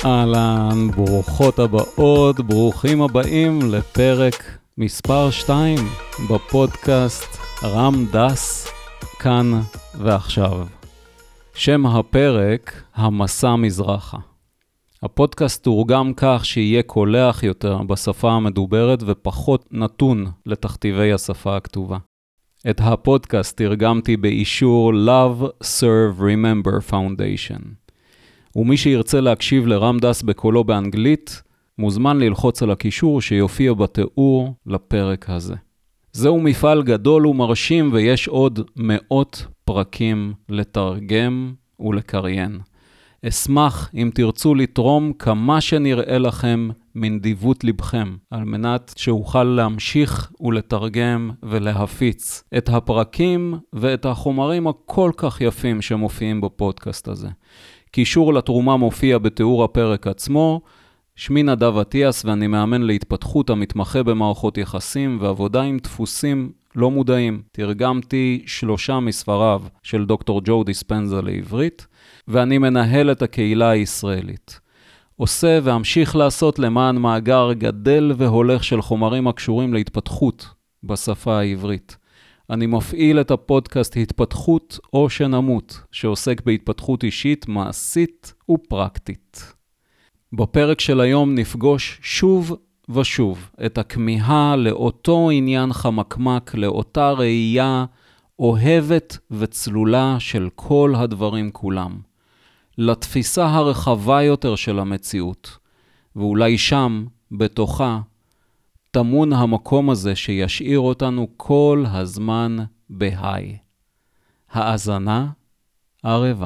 אהלן, ברוכות הבאות, ברוכים הבאים לפרק מספר 2 בפודקאסט רם דס, כאן ועכשיו. שם הפרק, המסע מזרחה. הפודקאסט תורגם כך שיהיה קולח יותר בשפה המדוברת ופחות נתון לתכתיבי השפה הכתובה. את הפודקאסט תרגמתי באישור Love Serve Remember Foundation. ומי שירצה להקשיב לרם דס בקולו באנגלית, מוזמן ללחוץ על הקישור שיופיע בתיאור לפרק הזה. זהו מפעל גדול ומרשים ויש עוד מאות פרקים לתרגם ולקריין. אשמח אם תרצו לתרום כמה שנראה לכם מנדיבות לבכם, על מנת שאוכל להמשיך ולתרגם ולהפיץ את הפרקים ואת החומרים הכל כך יפים שמופיעים בפודקאסט הזה. קישור לתרומה מופיע בתיאור הפרק עצמו. שמי נדב אטיאס ואני מאמן להתפתחות המתמחה במערכות יחסים ועבודה עם דפוסים לא מודעים. תרגמתי 3 מספריו של דוקטור ג'ו דיספנזה לעברית, ואני מנהל את הקהילה הישראלית. עושה ואמשיך לעשות למען מאגר גדל והולך של חומרים הקשורים להתפתחות בשפה העברית. אני מפעיל את הפודקאסט התפתחות או שנמות, שעוסק בהתפתחות אישית, מעשית ופרקטית. בפרק של היום נפגוש שוב ושוב את הכמיהה לאותו עניין חמקמק, לאותה ראייה אוהבת וצלולה של כל הדברים כולם, לתפיסה הרחבה יותר של המציאות, ואולי שם, בתוכה, תמון המקום הזה שישאיר אותנו כל הזמן בהיי. האזנה ערבה.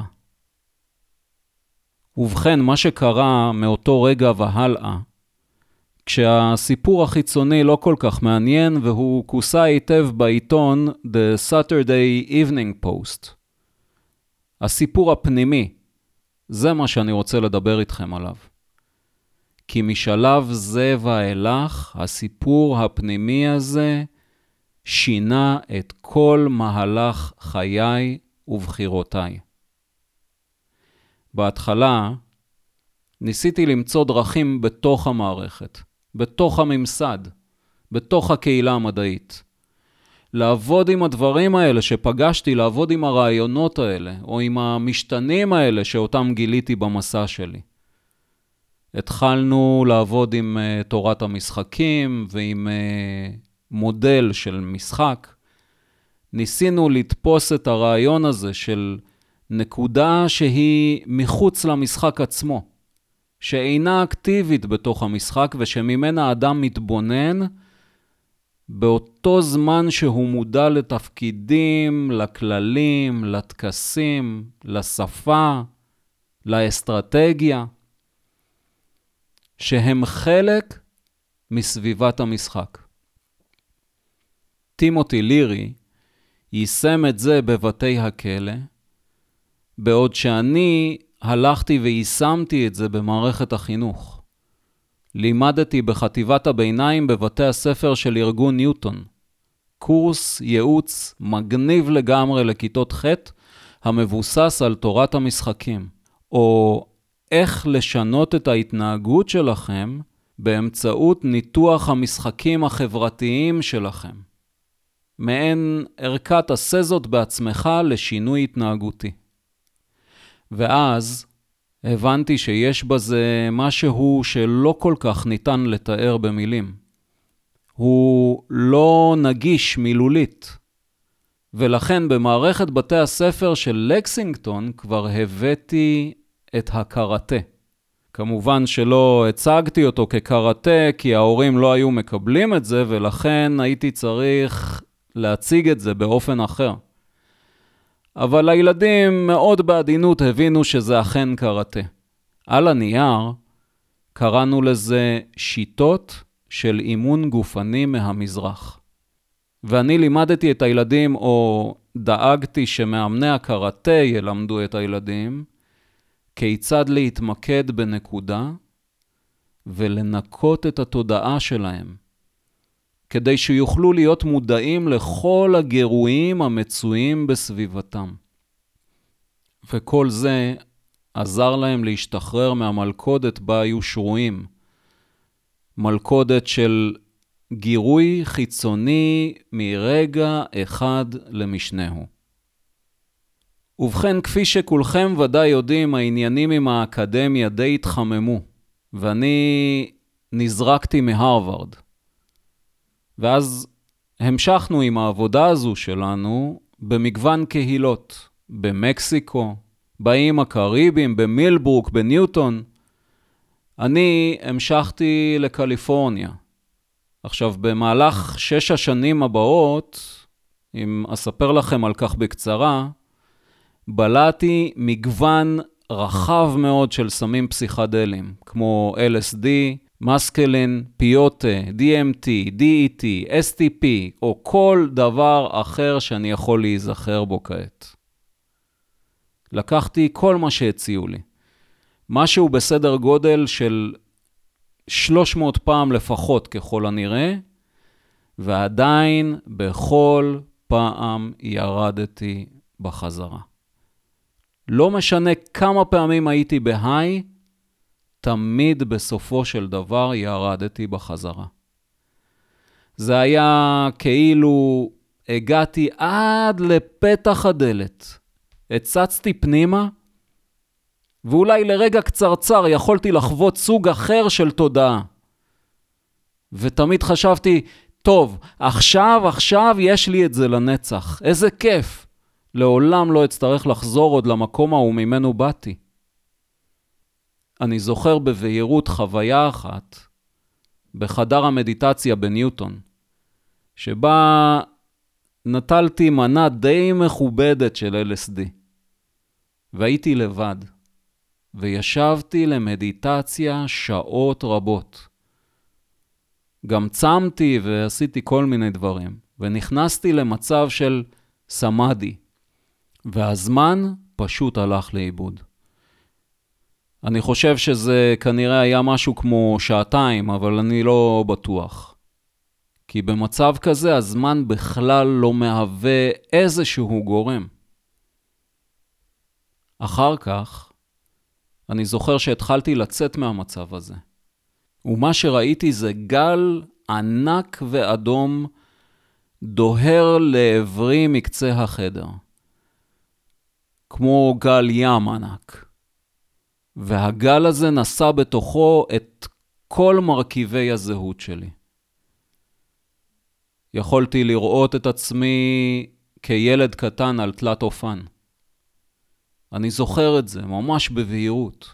ובכן, מה שקרה מאותו רגע והלאה, כשהסיפור החיצוני לא כל כך מעניין והוא כוסה היטב בעיתון The Saturday Evening Post. הסיפור הפנימי, זה מה שאני רוצה לדבר איתכם עליו. כי משלב זה ואילך, הסיפור הפנימי הזה שינה את כל מהלך חיי ובחירותיי. בהתחלה ניסיתי למצוא דרכים בתוך המערכת, בתוך הממסד, בתוך הקהילה המדעית. לעבוד עם הדברים האלה שפגשתי, לעבוד עם הרעיונות האלה, או עם המשתנים האלה שאותם גיליתי במסע שלי. התחלנו לעבוד עם תורת המשחקים ועם מודל של משחק. ניסינו לתפוס את הרעיון הזה של נקודה שהיא מחוץ למשחק עצמו, שאינה אקטיבית בתוך המשחק ושממנה האדם מתבונן באותו זמן שהוא מודע לתפקידים, לכללים, לטקסים, לשפה, לאסטרטגיה, שהם חלק מסביבת המשחק. טימותי לירי יישם את זה בבתי הכלא, בעוד שאני הלכתי ויישמתי את זה במערכת החינוך. לימדתי בחטיבת הביניים בבתי הספר של ארגון ניוטון. קורס ייעוץ מגניב לגמרי לכיתות ח' המבוסס על תורת המשחקים, או איך לשנות את ההתנהגות שלכם באמצעות ניתוח המשחקים החברתיים שלכם. מעין ערכת עשה זאת בעצמך לשינוי התנהגותי. ואז הבנתי שיש בזה משהו שלא כל כך ניתן לתאר במילים. הוא לא נגיש מילולית. ולכן במערכת בתי הספר של לקסינגטון כבר הבאתי את הקראטה. כמובן שלא הצגתי אותו כקראטה, כי ההורים לא היו מקבלים את זה, ולכן הייתי צריך להציג את זה באופן אחר. אבל הילדים מאוד בעדינות הבינו שזה אכן קראטה. על הנייר קראנו לזה שיטות של אימון גופני מהמזרח. ואני לימדתי את הילדים, או דאגתי שמאמני הקראטה ילמדו את הילדים, כיצד להתמקד בנקודה ולנקות את התודעה שלהם, כדי שיוכלו להיות מודעים לכל הגירויים המצויים בסביבתם. וכל זה עזר להם להשתחרר מהמלכודת בה היו שרויים. מלכודת של גירוי חיצוני מרגע אחד למשנהו. ובכן, כפי שכולכם ודאי יודעים, העניינים עם האקדמיה די התחממו, ואני נזרקתי מהרווארד. ואז המשכנו עם העבודה הזו שלנו במגוון קהילות, במקסיקו, באיים הקריביים, במילברוק, בניוטון. אני המשכתי לקליפורניה. עכשיו, במהלך 6 השנים הבאות, אם אספר לכם על כך בקצרה, בלעתי מגוון רחב מאוד של סמים פסיכדליים, כמו LSD, מסקלין, פיוטה, DMT, DET, STP, או כל דבר אחר שאני יכול להיזכר בו כעת. לקחתי כל מה שהציעו לי. משהו בסדר גודל של 300 פעם לפחות ככל הנראה, ועדיין בכל פעם ירדתי בחזרה. לא משנה כמה פעמים הייתי בהיי, תמיד בסופו של דבר ירדתי בחזרה. זה היה כאילו הגעתי עד לפתח הדלת. הצצתי פנימה, ואולי לרגע קצרצר יכולתי לחוות סוג אחר של תודעה. ותמיד חשבתי, טוב, עכשיו יש לי את זה לנצח. איזה כיף. לעולם לא אצטרך לחזור עוד למקום ההוא ממנו באתי. אני זוכר בבהירות חוויה אחת בחדר המדיטציה בניוטון, שבה נטלתי מנה די מכובדת של LSD. והייתי לבד, וישבתי למדיטציה שעות רבות. גם צמתי ועשיתי כל מיני דברים, ונכנסתי למצב של סמאדי, והזמן פשוט הלך לאיבוד. אני חושב שזה כנראה היה משהו כמו 2 שעתיים, אבל אני לא בטוח. כי במצב כזה הזמן בכלל לא מהווה איזשהו גורם. אחר כך, אני זוכר שהתחלתי לצאת מהמצב הזה. ומה שראיתי זה גל ענק ואדום דוהר לעברי מקצה החדר. כמו גל ים ענק. והגל הזה נשא בתוכו את כל מרכיבי הזהות שלי. יכולתי לראות את עצמי כילד קטן על תלת אופן. אני זוכר את זה ממש בבהירות.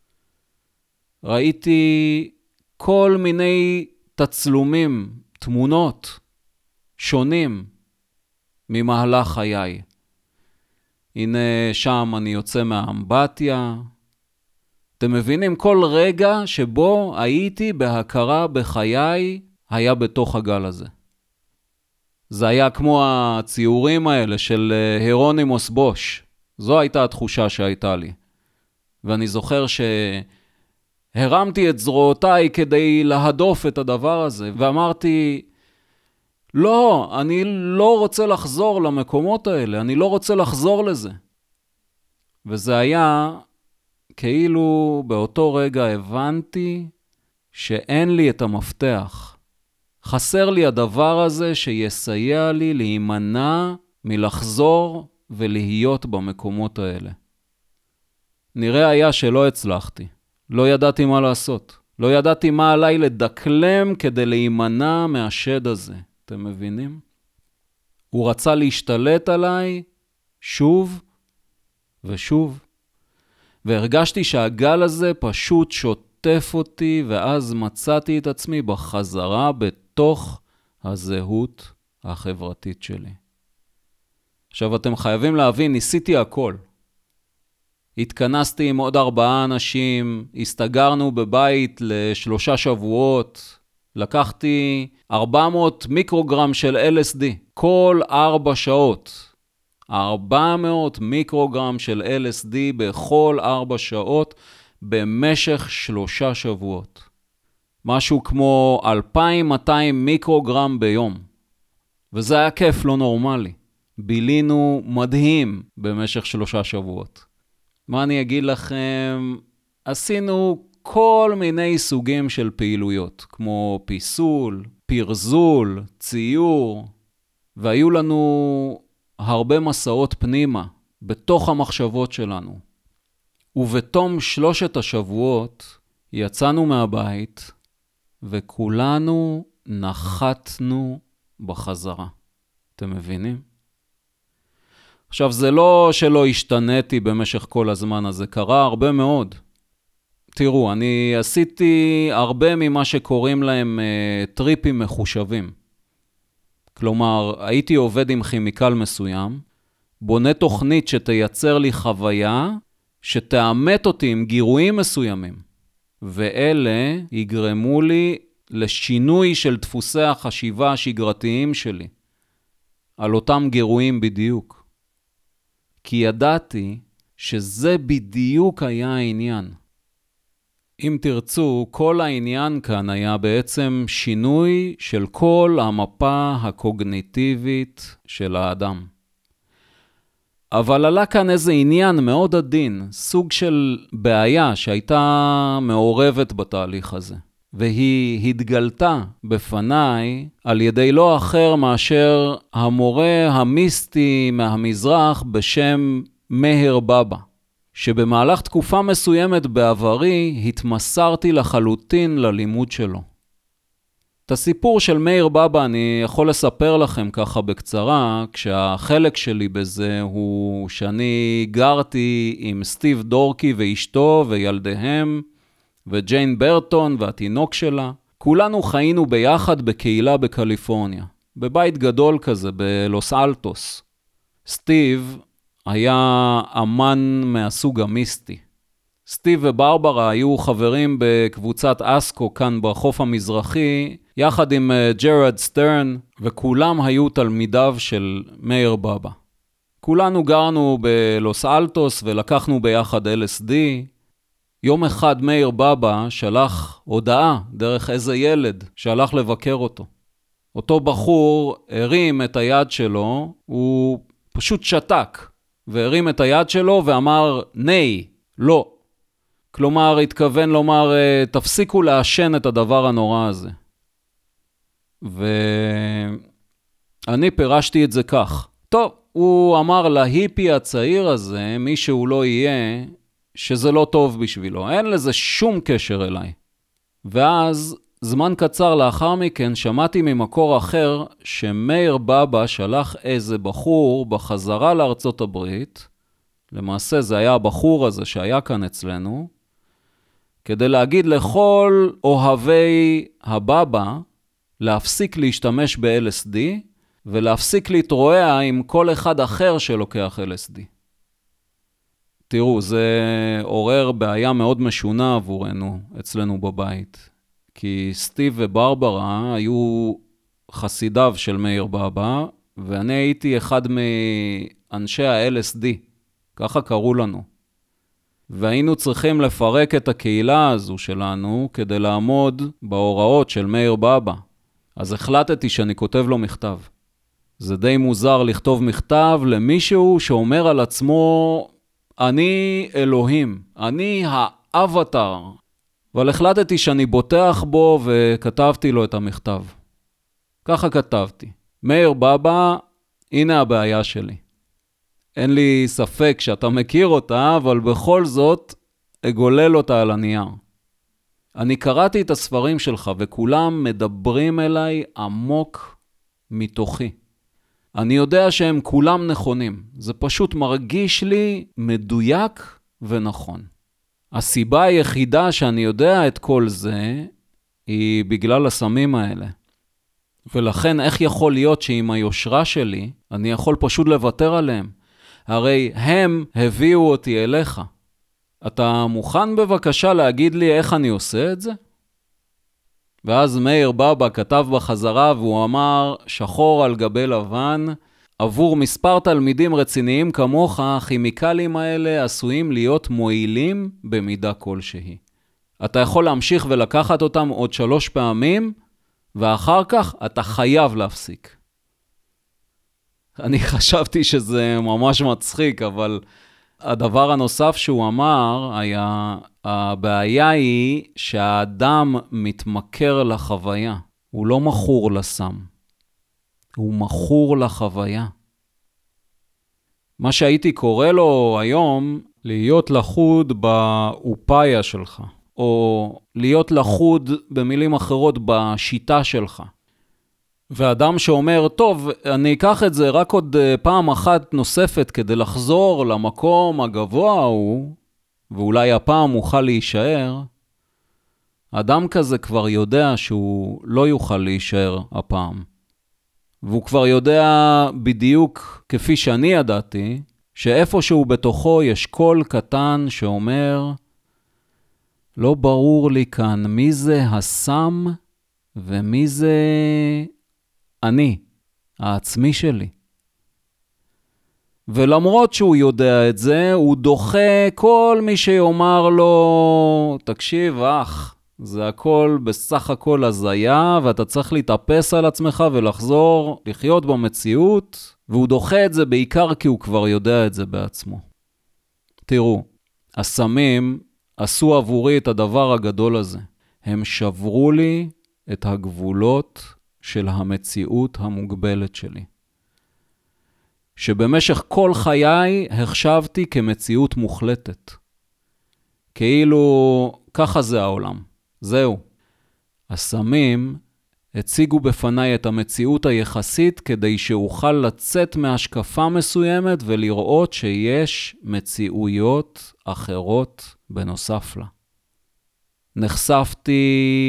ראיתי כל מיני תצלומים, תמונות שונים ממהלך חיי. הנה שם אני יוצא מהאמבטיה. אתם מבינים? כל רגע שבו הייתי בהכרה בחיי היה בתוך הגל הזה. זה היה כמו הציורים האלה של הירונימוס בוש. זו הייתה התחושה שהייתה לי. ואני זוכר שהרמתי את זרועותיי כדי להדוף את הדבר הזה, ואמרתי, לא, אני לא רוצה לחזור למקומות האלה, אני לא רוצה לחזור לזה. וזה היה כאילו באותו רגע הבנתי שאין לי את המפתח. חסר לי הדבר הזה שיסייע לי להימנע מלחזור ולהיות במקומות האלה. נראה היה שלא הצלחתי. לא ידעתי מה לעשות. לא ידעתי מה עליי לדקלם כדי להימנע מהשד הזה. אתם מבינים? הוא רצה להשתלט עליי שוב ושוב. והרגשתי שהגל הזה פשוט שוטף אותי, ואז מצאתי את עצמי בחזרה בתוך הזהות החברתית שלי. עכשיו אתם חייבים להבין, ניסיתי הכל. התכנסתי עם עוד 4 אנשים, הסתגרנו בבית ל3 שבועות, לקחתי 400 מיקרוגרם של LSD, כל 4 שעות. 400 מיקרוגרם של LSD בכל 4 שעות במשך 3 שבועות. משהו כמו 2,200 מיקרוגרם ביום. וזה היה כיף לא נורמלי. בילינו מדהים במשך 3 שבועות. מה אני אגיד לכם? עשינו כל מיני סוגים של פעילויות, כמו פיסול, פרזול, ציור, והיו לנו הרבה מסעות פנימה, בתוך המחשבות שלנו. ובתום 3 השבועות יצאנו מהבית, וכולנו נחתנו בחזרה. אתם מבינים? עכשיו, זה לא שלא השתניתי במשך כל הזמן הזה, קרה הרבה מאוד. תראו, אני עשיתי הרבה ממה שקוראים להם טריפים מחושבים. כלומר, הייתי עובד עם כימיקל מסוים, בונה תוכנית שתייצר לי חוויה, שתאמת אותי עם גירויים מסוימים, ואלה יגרמו לי לשינוי של דפוסי החשיבה השגרתיים שלי, על אותם גירויים בדיוק. כי ידעתי שזה בדיוק היה העניין. אם תרצו, כל העניין כאן היה בעצם שינוי של כל המפה הקוגניטיבית של האדם. אבל עלה כאן איזה עניין מאוד עדין, סוג של בעיה שהייתה מעורבת בתהליך הזה. והיא התגלתה בפניי על ידי לא אחר מאשר המורה המיסטי מהמזרח בשם מאיר בבא. שבמהלך תקופה מסוימת בעברי התמסרתי לחלוטין ללימוד שלו. את הסיפור של מאיר בבא אני יכול לספר לכם ככה בקצרה, כשהחלק שלי בזה הוא שאני גרתי עם סטיב דורקי ואשתו וילדיהם, וג'יין ברטון והתינוק שלה. כולנו חיינו ביחד בקהילה בקליפורניה, בבית גדול כזה בלוס אלטוס. סטיב היה אמן מהסוג המיסטי. סטיב וברברה היו חברים בקבוצת אסקו כאן בחוף המזרחי, יחד עם ג'רד סטרן, וכולם היו תלמידיו של מאיר בבא. כולנו גרנו בלוס אלטוס ולקחנו ביחד LSD. יום אחד מאיר בבא שלח הודעה דרך איזה ילד שהלך לבקר אותו. אותו בחור הרים את היד שלו, הוא פשוט שתק, והרים את היד שלו ואמר, ניי, לא. כלומר, התכוון לומר, תפסיקו לעשן את הדבר הנורא הזה. ואני פירשתי את זה כך. טוב, הוא אמר להיפי הצעיר הזה, מי שהוא לא יהיה, שזה לא טוב בשבילו. אין לזה שום קשר אליי. ואז, זמן קצר לאחר מכן, שמעתי ממקור אחר, שמאיר בבא שלח איזה בחור בחזרה לארצות הברית, למעשה זה היה הבחור הזה שהיה כאן אצלנו, כדי להגיד לכל אוהבי הבבא, להפסיק להשתמש ב-LSD, ולהפסיק להתרועע עם כל אחד אחר שלוקח LSD. תראו, זה עורר בעיה מאוד משונה עבורנו, אצלנו בבית. כי סטיב וברברה היו חסידיו של מאיר בבא, ואני הייתי אחד מאנשי ה-LSD, ככה קראו לנו. והיינו צריכים לפרק את הקהילה הזו שלנו, כדי לעמוד בהוראות של מאיר בבא. אז החלטתי שאני כותב לו מכתב. זה די מוזר לכתוב מכתב למישהו שאומר על עצמו, אני אלוהים, אני האבטר. אבל החלטתי שאני בוטח בו וכתבתי לו את המכתב. ככה כתבתי. מאיר בבא, הנה הבעיה שלי. אין לי ספק שאתה מכיר אותה, אבל בכל זאת אגולל אותה על הנייר. אני קראתי את הספרים שלך וכולם מדברים אליי עמוק מתוכי. אני יודע שהם כולם נכונים. זה פשוט מרגיש לי מדויק ונכון. הסיבה היחידה שאני יודע את כל זה היא בגלל הסמים האלה. ולכן איך יכול להיות שעם היושרה שלי אני יכול פשוט לוותר עליהם? הרי הם הביאו אותי אליך. אתה מוכן בבקשה להגיד לי איך אני עושה את זה? ואז מאיר בבא כתב בחזרה והוא אמר, שחור על גבי לבן, עבור מספר תלמידים רציניים כמוך, הכימיקלים האלה עשויים להיות מועילים במידה כלשהי. אתה יכול להמשיך ולקחת אותם עוד 3 פעמים, ואחר כך אתה חייב להפסיק. אני חשבתי שזה ממש מצחיק, אבל הדבר הנוסף שהוא אמר היה, הבעיה היא שהאדם מתמכר לחוויה. הוא לא מכור לסם. הוא מכור לחוויה. מה שהייתי קורא לו היום, להיות לחוד באופאיה שלך, או להיות לחוד במילים אחרות בשיטה שלך. ואדם שאומר, טוב, אני אקח את זה רק עוד פעם אחת נוספת כדי לחזור למקום הגבוה ההוא, ואולי הפעם אוכל להישאר, אדם כזה כבר יודע שהוא לא יוכל להישאר הפעם. והוא כבר יודע בדיוק כפי שאני ידעתי, שאיפשהו בתוכו יש קול קטן שאומר, לא ברור לי כאן מי זה הסם ומי זה אני, העצמי שלי. ולמרות שהוא יודע את זה, הוא דוחה כל מי שיאמר לו, תקשיב אח, זה הכל בסך הכל הזיה, ואתה צריך להתאפס על עצמך ולחזור לחיות במציאות, והוא דוחה את זה בעיקר כי הוא כבר יודע את זה בעצמו. תראו, הסמים עשו עבורי את הדבר הגדול הזה. הם שברו לי את הגבולות של המציאות המוגבלת שלי. שבמשך כל חיי החשבתי כמציאות מוחלטת. כאילו, ככה זה העולם. זהו. הסמים הציגו בפניי את המציאות היחסית כדי שאוכל לצאת מהשקפה מסוימת ולראות שיש מציאויות אחרות בנוסף לה. נחשפתי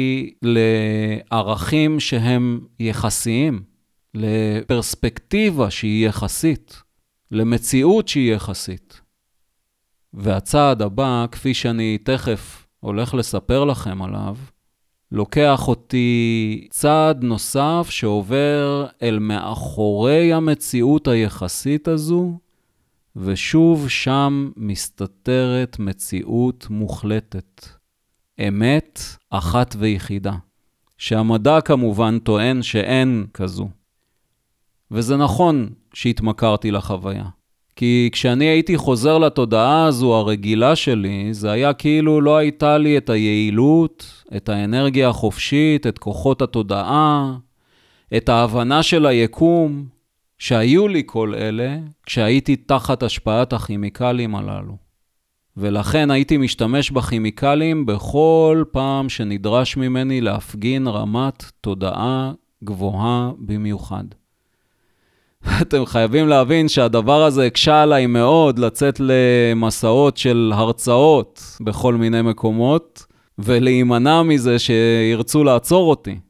לערכים שהם יחסיים, לפרספקטיבה שהיא יחסית, למציאות שהיא יחסית. והצעד הבא, כפי שאני תכף הולך לספר לכם עליו, לוקח אותי צעד נוסף שעובר אל מאחורי המציאות היחסית הזו, ושוב שם מסתתרת מציאות מוחלטת. אמת אחת ויחידה, שהמדע כמובן טוען שאין כזו. וזה נכון שהתמכרתי לחוויה. כי כשאני הייתי חוזר לתודעה הזו הרגילה שלי, זה היה כאילו לא הייתה לי את היעילות, את האנרגיה החופשית, את כוחות התודעה, את ההבנה של היקום, שהיו לי כל אלה כשהייתי תחת השפעת הכימיקלים הללו. ולכן הייתי משתמש בכימיקלים בכל פעם שנדרש ממני להפגין רמת תודעה גבוהה במיוחד. אתם חייבים להבין שהדבר הזה הקשה עליי מאוד לצאת למסעות של הרצאות בכל מיני מקומות, ולהימנע מזה שירצו לעצור אותי.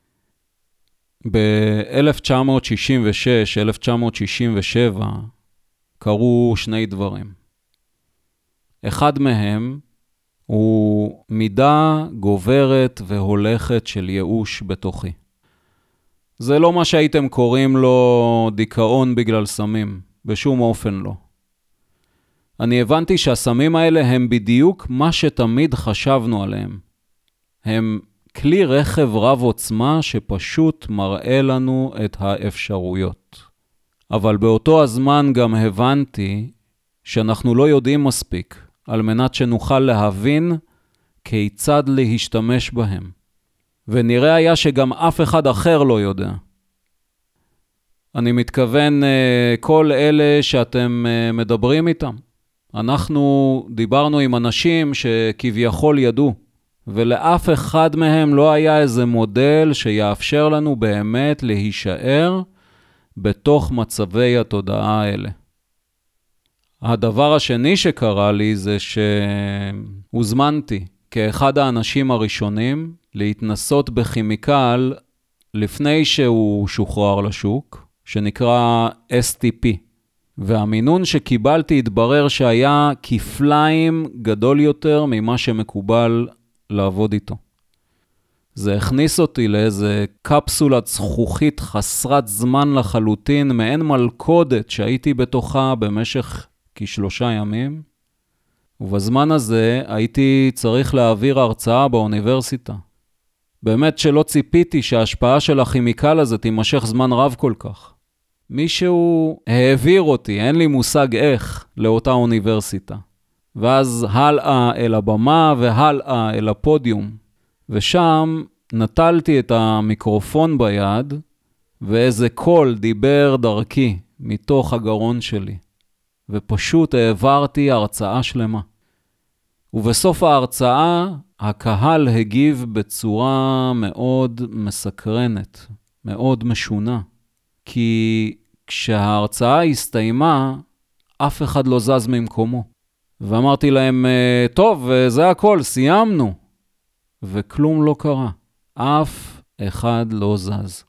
ב-1966-1967 קרו שני דברים. אחד מהם הוא מידה גוברת והולכת של ייאוש בתוכי. זה לא מה שהייתם קוראים לו דיכאון בגלל סמים, בשום אופן לא. אני הבנתי שהסמים האלה הם בדיוק מה שתמיד חשבנו עליהם. הם כלי רכב רב עוצמה שפשוט מראה לנו את האפשרויות. אבל באותו הזמן גם הבנתי שאנחנו לא יודעים מספיק, על מנת שנוכל להבין כיצד להשתמש בהם. ונראה היה שגם אף אחד אחר לא יודע. אני מתכוון כל אלה שאתם מדברים איתם. אנחנו דיברנו עם אנשים שכביכול ידעו, ולאף אחד מהם לא היה איזה מודל שיאפשר לנו באמת להישאר בתוך מצבי התודעה האלה. הדבר השני שקרה לי זה שהוזמנתי כאחד האנשים הראשונים להתנסות בכימיקל לפני שהוא שוחרר לשוק, שנקרא STP. והמינון שקיבלתי התברר שהיה כפליים גדול יותר ממה שמקובל לעבוד איתו. זה הכניס אותי לאיזה קפסולת זכוכית חסרת זמן לחלוטין, מעין מלכודת שהייתי בתוכה במשך כ3 ימים, ובזמן הזה הייתי צריך להעביר הרצאה באוניברסיטה. באמת שלא ציפיתי שההשפעה של הכימיקל הזה תימשך זמן רב כל כך. מישהו העביר אותי, אין לי מושג איך, לאותה אוניברסיטה. ואז הלאה אל הבמה והלאה אל הפודיום. ושם נטלתי את המיקרופון ביד, ואיזה קול דיבר דרכי מתוך הגרון שלי. ופשוט העברתי הרצאה שלמה. ובסוף ההרצאה, הקהל הגיב בצורה מאוד מסקרנת, מאוד משונה. כי כשההרצאה הסתיימה, אף אחד לא זז ממקומו. ואמרתי להם, טוב, זה הכל, סיימנו. וכלום לא קרה. אף אחד לא זז.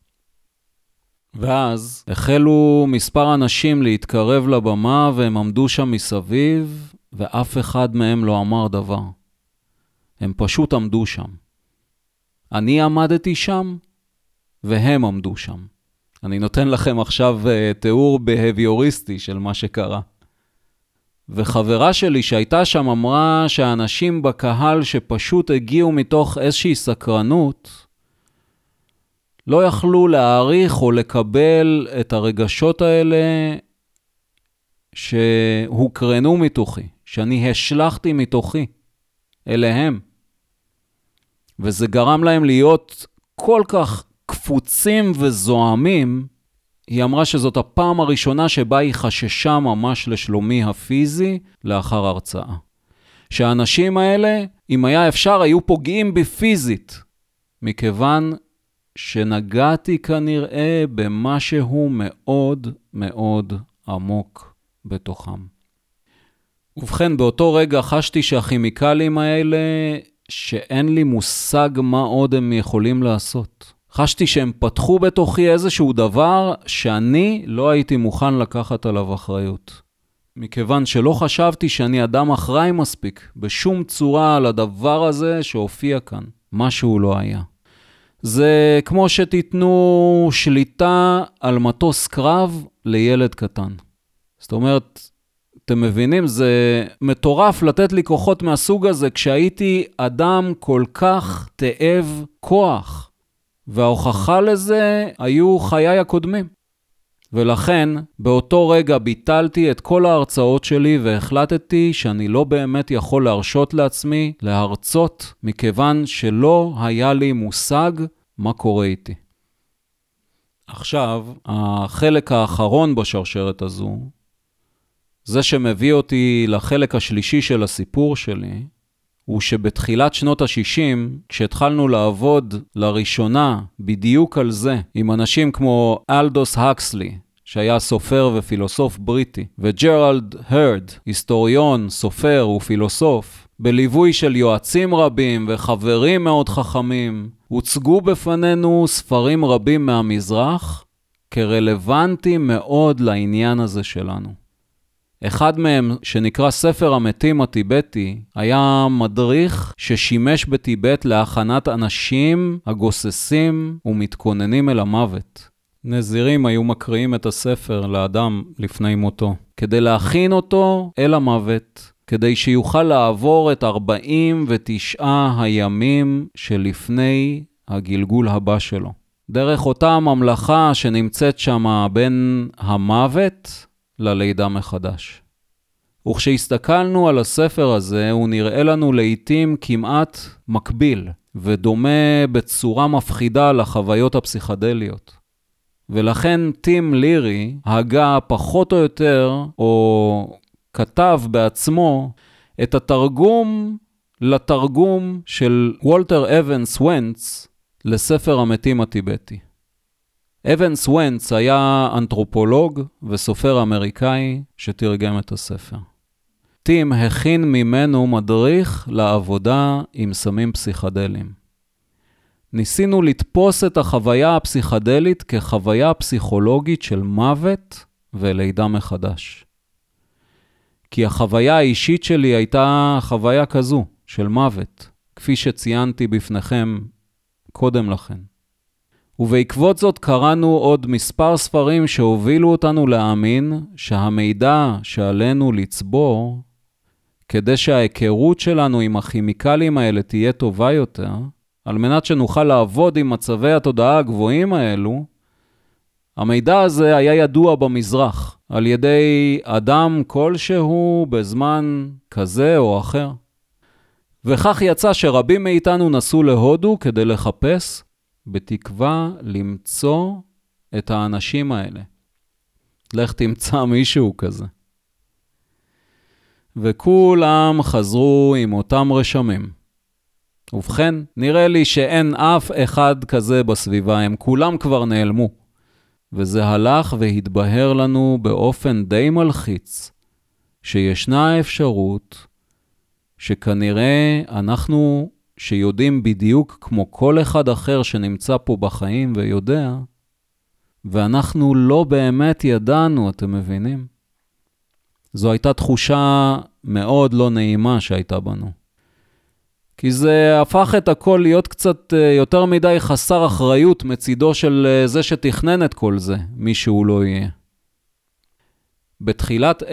ואז החלו מספר אנשים להתקרב לבמה, והם עמדו שם מסביב, ואף אחד מהם לא אמר דבר. הם פשוט עמדו שם. אני עמדתי שם, והם עמדו שם. אני נותן לכם עכשיו תיאור בהביוריסטי של מה שקרה. וחברה שלי שהייתה שם אמרה שהאנשים בקהל שפשוט הגיעו מתוך איזושהי סקרנות, לא יכלו להעריך או לקבל את הרגשות האלה שהוקרנו מתוכי, שאני השלחתי מתוכי אליהם. וזה גרם להם להיות כל כך קפוצים וזוהמים. היא אמרה שזאת הפעם הראשונה שבה היא חששה ממש לשלומי הפיזי לאחר הרצאה. שהאנשים האלה, אם היה אפשר, היו פוגעים בפיזית, מכיוון שנגעתי כנראה במשהו מאוד מאוד עמוק בתוכם. ובכן, באותו רגע חשתי שהכימיקלים האלה, שאין לי מושג מה עוד הם יכולים לעשות. חשתי שהם פתחו בתוכי איזשהו דבר שאני לא הייתי מוכן לקחת עליו אחריות. מכיוון שלא חשבתי שאני אדם אחראי מספיק בשום צורה על הדבר הזה שהופיע כאן. משהו לא היה. זה כמו שתיתנו שליטה על מטוס קרב לילד קטן. זאת אומרת, אתם מבינים, זה מטורף לתת לי כוחות מהסוג הזה כשהייתי אדם כל כך תאב כוח. וההוכחה לזה היו חיי הקודמים. ולכן, באותו רגע ביטלתי את כל ההרצאות שלי והחלטתי שאני לא באמת יכול להרשות לעצמי להרצות, מכיוון שלא היה לי מושג מה קורה איתי. עכשיו, החלק האחרון בשרשרת הזו, זה שמביא אותי לחלק השלישי של הסיפור שלי, הוא שבתחילת שנות ה-60, כשהתחלנו לעבוד לראשונה בדיוק על זה, עם אנשים כמו אלדוס הקסלי, שהיה סופר ופילוסוף בריטי, וג'רלד הרד, היסטוריון, סופר ופילוסוף, בליווי של יועצים רבים וחברים מאוד חכמים, הוצגו בפנינו ספרים רבים מהמזרח, כרלוונטיים מאוד לעניין הזה שלנו. אחד מהם, שנקרא ספר המתים הטיבטי, היה מדריך ששימש בטיבט להכנת אנשים הגוססים ומתכוננים אל המוות. נזירים היו מקריאים את הספר לאדם לפני מותו, כדי להכין אותו אל המוות, כדי שיוכל לעבור את 49 הימים שלפני הגלגול הבא שלו. דרך אותה ממלכה שנמצאת שם בין המוות ללידה מחדש. וכשהסתכלנו על הספר הזה, הוא נראה לנו לעתים כמעט מקביל, ודומה בצורה מפחידה לחוויות הפסיכדליות. ולכן טים לירי הגה פחות או יותר, או כתב בעצמו, את התרגום לתרגום של וולטר אבנס ונץ לספר המתים הטיבטי. אבנס ונץ היה אנתרופולוג וסופר אמריקאי שתרגם את הספר. טים הכין ממנו מדריך לעבודה עם סמים פסיכדליים. ניסינו לתפוס את החוויה הפסיכדלית כחוויה פסיכולוגית של מוות ולידה מחדש. כי החוויה האישית שלי הייתה חוויה כזו של מוות, כפי שציינתי בפניכם קודם לכן. ובעקבות זאת קראנו עוד מספר ספרים שהובילו אותנו להאמין שהמידע שעלינו לצבור, כדי שההיכרות שלנו עם הכימיקלים האלה תהיה טובה יותר, על מנת שנוכל לעבוד עם מצבי התודעה הגבוהים האלו, המידע הזה היה ידוע במזרח, על ידי אדם כלשהו בזמן כזה או אחר. וכך יצא שרבים מאיתנו נסעו להודו כדי לחפש, בתקווה למצוא את האנשים האלה. לך תמצא מישהו כזה. וכולם חזרו עם אותם רשמים. ובכן, נראה לי שאין אף אחד כזה בסביבה, הם כולם כבר נעלמו. וזה הלך והתבהר לנו באופן די מלחיץ, שישנה אפשרות שכנראה אנחנו שיודעים בדיוק כמו כל אחד אחר שנמצא פה בחיים ויודע, ואנחנו לא באמת ידענו, אתם מבינים? זו הייתה תחושה מאוד לא נעימה שהייתה בנו. כי זה הפך את הכל להיות קצת יותר מדי חסר אחריות מצידו של זה שתכנן את כל זה, מי שהוא לא יהיה. בתחילת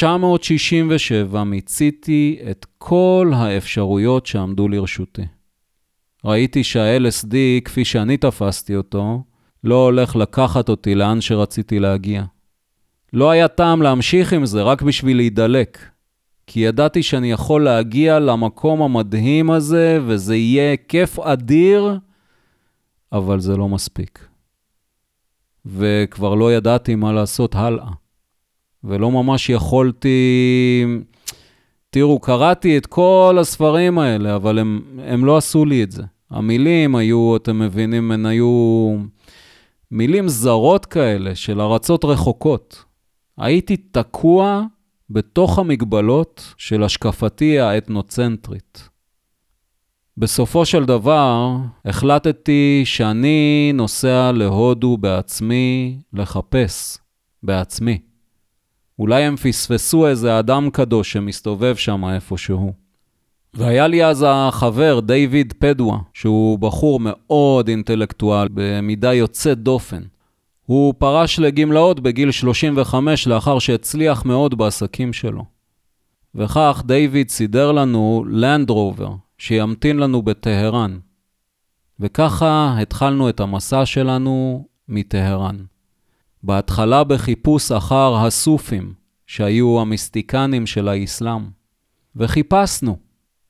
1967 מיציתי את כל האפשרויות שעמדו לרשותי. ראיתי שה-LSD, כפי שאני תפסתי אותו, לא הולך לקחת אותי לאן שרציתי להגיע. לא היה טעם להמשיך עם זה רק בשביל להידלק, כי ידעתי שאני יכול להגיע למקום המדהים הזה, וזה יהיה כיף אדיר, אבל זה לא מספיק. וכבר לא ידעתי מה לעשות הלאה. ולא ממש יכולתי... תראו, קראתי את כל הספרים האלה, אבל הם לא עשו לי את זה. המילים היו, אתם מבינים, הן היו מילים זרות כאלה, של ארצות רחוקות. הייתי תקוע בתוך המגבלות של השקפתי האתנוצנטרית. בסופו של דבר, החלטתי שאני נוסע להודו בעצמי לחפש בעצמי. אולי הם פספסו איזה אדם קדוש שמסתובב שם איפשהו. והיה לי אז החבר, דיוויד פדווה, שהוא בחור מאוד אינטלקטואל, במידה יוצאת דופן. הוא פרש לגמלאות בגיל 35 לאחר שהצליח מאוד בעסקים שלו. וכך דיוויד סידר לנו לנד רובר, שימתין לנו בטהרן. וככה התחלנו את המסע שלנו מטהרן. בהתחלה בחיפוש אחר הסופים, שהיו המיסטיקנים של האסלאם. וחיפשנו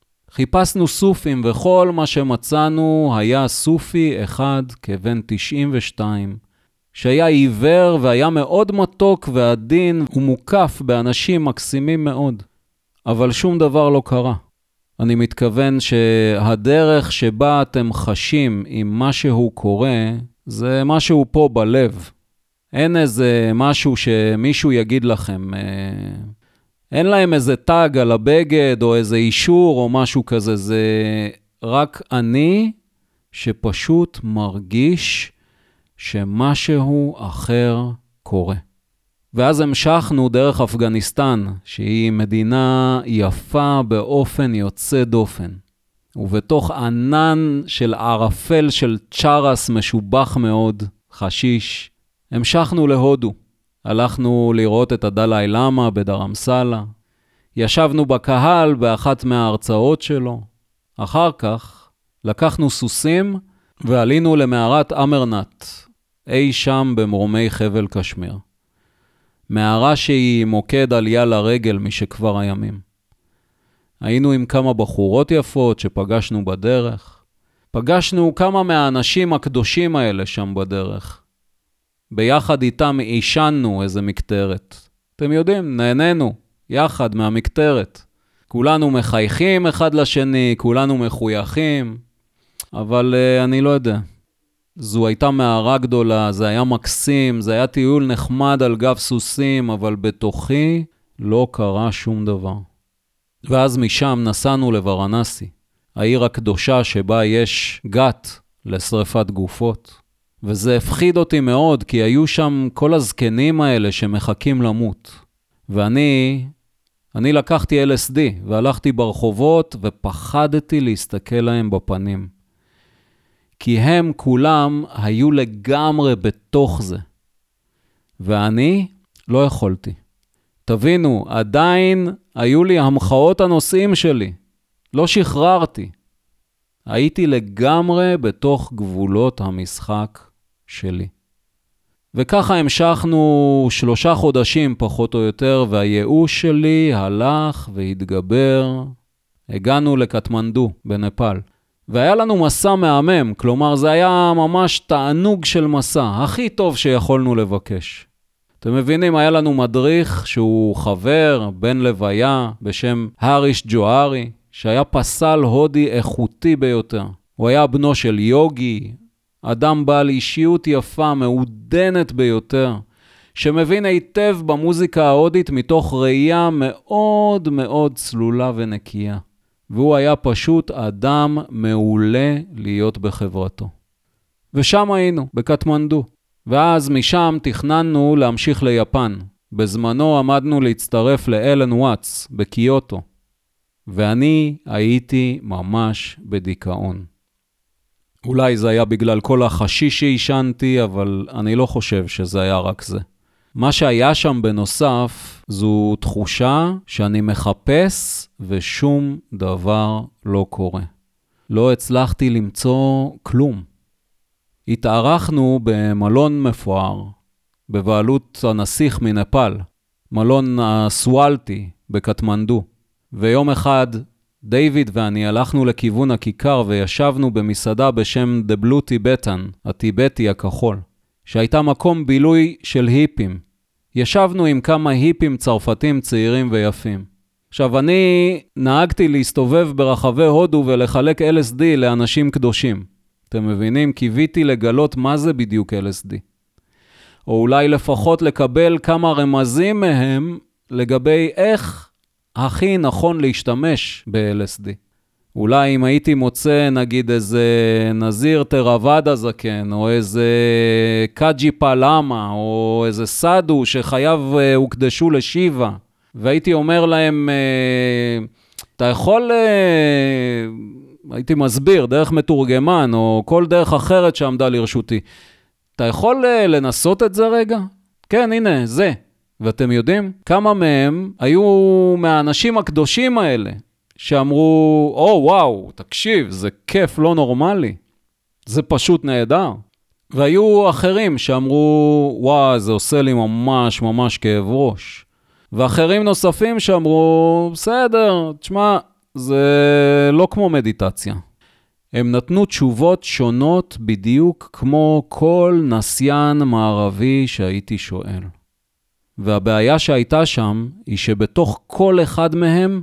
סופים, וכל מה שמצאנו היה סופי אחד כבן 92, שהיה עיוור והיה מאוד מתוק ועדין ומוקף באנשים מקסימים מאוד. אבל שום דבר לא קרה. אני מתכוון שהדרך שבה אתם חשים עם משהו קורה, זה משהו פה בלב. אין איזה משהו שמישהו יגיד לכם, אין להם איזה טאג על הבגד או איזה אישור או משהו כזה, זה רק אני שפשוט מרגיש שמשהו אחר קורה. ואז המשכנו דרך אפגניסטן, שהיא מדינה יפה באופן יוצא דופן. ובתוך ענן של ערפל של צ'רס משובח מאוד, חשיש, המשכנו להודו. הלכנו לראות את הדלאי למה בדרמסלה. ישבנו בקהל באחת מההרצאות שלו. אחר כך לקחנו סוסים ועלינו למערת אמרנט, אי שם במרומי חבל קשמיר. מערה שהיא מוקד עלייה לרגל משכבר הימים. היינו עם כמה בחורות יפות שפגשנו בדרך. פגשנו כמה מהאנשים הקדושים האלה שם בדרך. ביחד איתם אישנו איזה מקטרת. אתם יודעים, נהנינו יחד מהמקטרת. כולנו מחייכים אחד לשני, כולנו מחויכים. אבל אני לא יודע. זו הייתה מערה גדולה, זה היה מקסים, זה היה טיול נחמד על גב סוסים, אבל בתוכי לא קרה שום דבר. ואז משם נסענו לוורנסי, העיר הקדושה שבה יש גת לשריפת גופות. וזה הפחיד אותי מאוד, כי היו שם כל הזקנים האלה שמחכים למות. ואני לקחתי LSD, והלכתי ברחובות ופחדתי להסתכל להם בפנים. כי הם כולם היו לגמרי בתוך זה. ואני לא יכולתי. תבינו, עדיין היו לי המחאות הנושאים שלי. לא שחררתי. הייתי לגמרי בתוך גבולות המשחק שלי. וככה המשכנו 3 חודשים פחות או יותר, והייאוש שלי הלך והתגבר. הגענו לקטמנדו בנפאל. והיה לנו מסע מהמם, כלומר זה היה ממש תענוג של מסע, הכי טוב שיכולנו לבקש. אתם מבינים, היה לנו מדריך שהוא חבר, בן לוויה, בשם הריש ג'וארי, שהיה פסל הודי איכותי ביותר. הוא היה בנו של יוגי, אדם בעל אישיות יפה, מעודנת ביותר, שמבין היטב במוזיקה ההודית מתוך ראייה מאוד מאוד צלולה ונקייה. והוא היה פשוט אדם מעולה להיות בחברתו. ושם היינו, בקטמנדו. ואז משם תכננו להמשיך ליפן. בזמנו עמדנו להצטרף לאלן וואטס בקיוטו. ואני הייתי ממש בדיכאון. אולי זה היה בגלל כל החשיש שהישנתי, אבל אני לא חושב שזה היה רק זה. מה שהיה שם בנוסף, זו תחושה שאני מחפש ושום דבר לא קורה. לא הצלחתי למצוא כלום. התארחנו במלון מפואר, בבעלות הנסיך מנפאל, מלון הסואלטי בקטמנדו. ויום אחד דיוויד ואני הלכנו לכיוון הכיכר וישבנו במסעדה בשם The Blue Tibetan, הטיבטי הכחול, שהייתה מקום בילוי של היפים. ישבנו עם כמה היפים צרפתים צעירים ויפים. עכשיו, אני נהגתי להסתובב ברחבי הודו ולחלק LSD לאנשים קדושים. אתם מבינים? קיוויתי לגלות מה זה בדיוק LSD. או אולי לפחות לקבל כמה רמזים מהם לגבי איך הכי נכון להשתמש ב-LSD. אולי אם הייתי מוצא נגיד איזה נזיר תרווד הזקן, או איזה קאג'י פלאמה, או איזה סדו שחייו הוקדשו לשיבה, והייתי אומר להם, אתה יכול, הייתי מסביר, דרך מתורגמן, או כל דרך אחרת שעמדה לרשותי, אתה יכול לנסות את זה רגע? כן, הנה, זה. ואתם יודעים, כמה מהם היו מהאנשים הקדושים האלה, שאמרו, וואו, תקשיב, זה כיף לא נורמלי. זה פשוט נהדר. והיו אחרים שאמרו, וואו, זה עושה לי ממש ממש כאב ראש. ואחרים נוספים שאמרו, בסדר, תשמע, זה לא כמו מדיטציה. הם נתנו תשובות שונות בדיוק כמו כל נסיין מערבי שהייתי שואל. והבעיה שהייתה שם היא שבתוך כל אחד מהם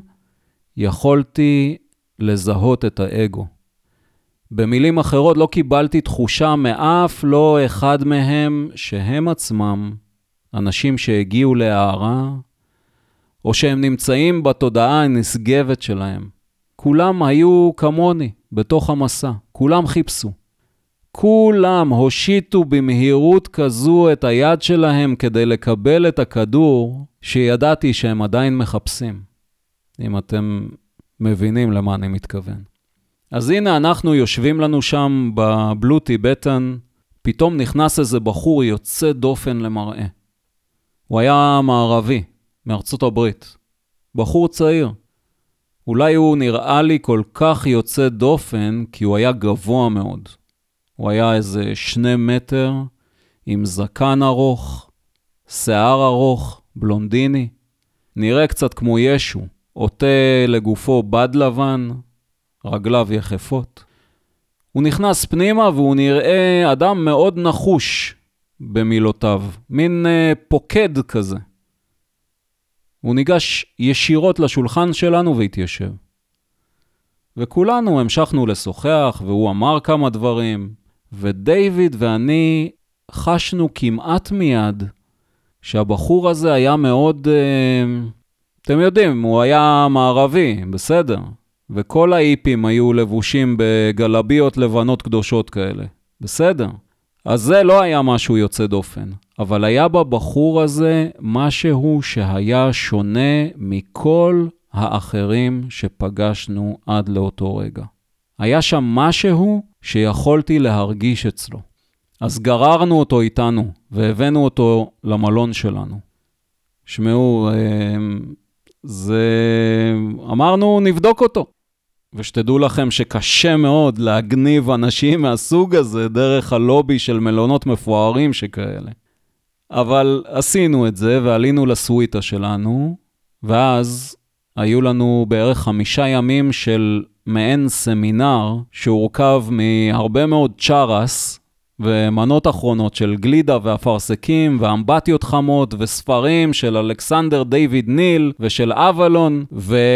יכולתי לזהות את האגו. במילים אחרות לא קיבלתי תחושה מאף לא אחד מהם שהם עצמם אנשים שהגיעו להערה, או שהם נמצאים בתודעה הנשגבת שלהם. כולם היו כמוני בתוך המסע, כולם חיפשו. כולם הושיטו במהירות כזו את היד שלהם כדי לקבל את הכדור שידעתי שהם עדיין מחפשים. אם אתם מבינים למה אני מתכוון. אז הנה אנחנו יושבים לנו שם בבלו טיבטן, פתאום נכנס איזה בחור יוצא דופן למראה. הוא היה מערבי, מארצות הברית. בחור צעיר. אולי הוא נראה לי כל כך יוצא דופן כי הוא היה גבוה מאוד. הוא היה איזה 2 מטר, עם זקן ארוך, שיער ארוך, בלונדיני. נראה קצת כמו ישו, עוטה לגופו בד לבן, רגליו יחפות. הוא נכנס פנימה והוא נראה אדם מאוד נחוש במילותיו, מין פוקד כזה. הוא ניגש ישירות לשולחן שלנו והתיישב. וכולנו המשכנו לשוחח והוא אמר כמה דברים, ודיוויד ואני חשנו כמעט מיד שהבחור הזה היה מאוד, אתם יודעים, הוא היה מערבי, בסדר. וכל האיפים היו לבושים בגלביות לבנות קדושות כאלה, בסדר. אז זה לא היה משהו יוצא דופן, אבל היה בבחור הזה משהו שהיה שונה מכל האחרים שפגשנו עד לאותו רגע. היה שם משהו שיכולתי להרגיש אצלו. אז גררנו אותו איתנו, והבאנו אותו למלון שלנו. שמעו, אמרנו נבדוק אותו. ושתדעו לכם שקשה מאוד להגניב אנשים מהסוג הזה דרך הלובי של מלונות מפוארים שכאלה. אבל עשינו את זה ועלינו לסוויטה שלנו, ואז היו לנו בערך 5 ימים של מעין סמינר שהורכב מהרבה מאוד צ'רס ומנות אחרונות של גלידה ואפרסקים ואמבטיות חמות וספרים של אלכסנדר דיוויד ניל ושל אבלון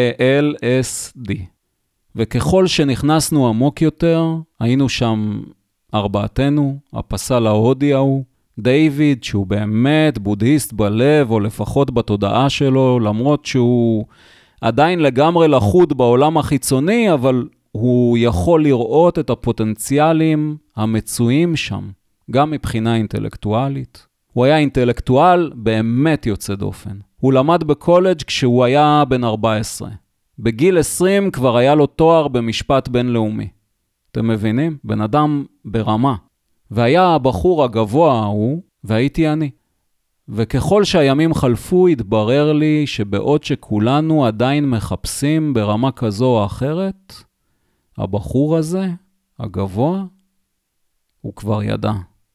ו-LSD. וככל שנכנסנו עמוק יותר, היינו שם 4, הפסל ההודי ההוא, דיוויד שהוא באמת בודהיסט בלב או לפחות בתודעה שלו, למרות שהוא עדיין לגמרי לחוד בעולם החיצוני, אבל הוא יכול לראות את הפוטנציאלים המצויים שם, גם מבחינה אינטלקטואלית. הוא היה אינטלקטואל באמת יוצא דופן. הוא למד בקולג' כשהוא היה בן 14. בגיל 20 כבר היה לו תואר במשפט בינלאומי. אתם מבינים? בן אדם ברמה. והיה הבחור הגבוה ההוא, והייתי אני. וככל שהימים חלפו, התברר לי שבעוד שכולנו עדיין מחפשים ברמה כזו או אחרת, הבחור הזה, הגבוה, הוא כבר ידע.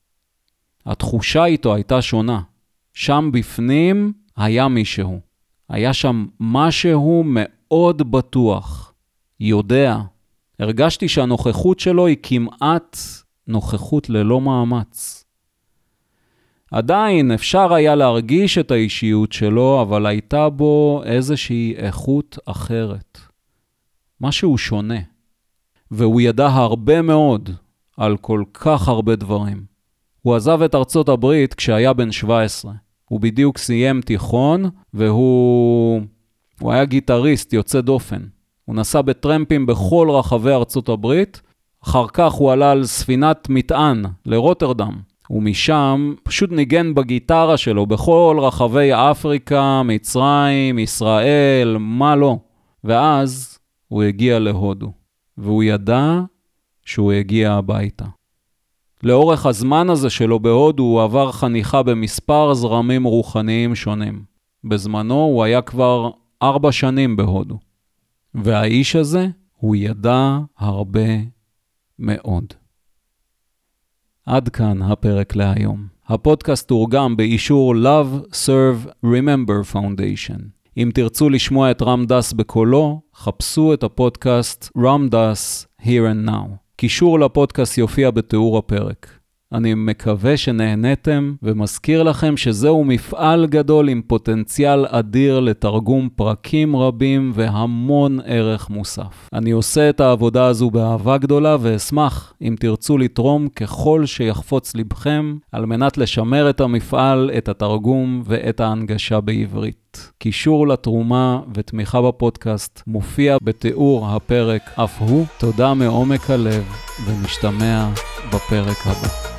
התחושה איתו הייתה שונה. שם בפנים היה מישהו. היה שם משהו מאוד בטוח. יודע. הרגשתי שהנוכחות שלו היא כמעט נוכחות ללא מאמץ. עדיין אפשר היה להרגיש את האישיות שלו, אבל הייתה בו איזושהי איכות אחרת. משהו שונה. והוא ידע הרבה מאוד על כל כך הרבה דברים. הוא עזב את ארצות הברית כשהיה בן 17. הוא בדיוק סיים תיכון, והוא היה גיטריסט יוצא דופן. הוא נסע בטרמפים בכל רחבי ארצות הברית, אחר כך הוא עלה על ספינת מטען לרוטרדם. ומשם פשוט ניגן בגיטרה שלו בכל רחבי אפריקה, מצרים, ישראל, מה לא. ואז הוא הגיע להודו, והוא ידע שהוא הגיע הביתה. לאורך הזמן הזה שלו בהודו הוא עבר חניכה במספר זרמים רוחניים שונים. בזמנו הוא היה כבר 4 שנים בהודו. והאיש הזה הוא ידע הרבה מאוד. עד כאן הפרק להיום. הפודקאסט תורגם באישור Love, Serve, Remember Foundation. אם תרצו לשמוע את רם דס בקולו, חפשו את הפודקאסט רם דס Here and Now. קישור לפודקאסט יופיע בתיאור הפרק. אני מקווה שנהנתם ומזכיר לכם שזהו מפעל גדול עם פוטנציאל אדיר לתרגום פרקים רבים והמון ערך מוסף. אני עושה את העבודה הזו באהבה גדולה ואשמח אם תרצו לתרום ככל שיחפוץ לבכם על מנת לשמר את המפעל, את התרגום ואת ההנגשה בעברית. קישור לתרומה ותמיכה בפודקאסט מופיע בתיאור הפרק אף הוא. תודה מעומק הלב ונשתמע בפרק הבא.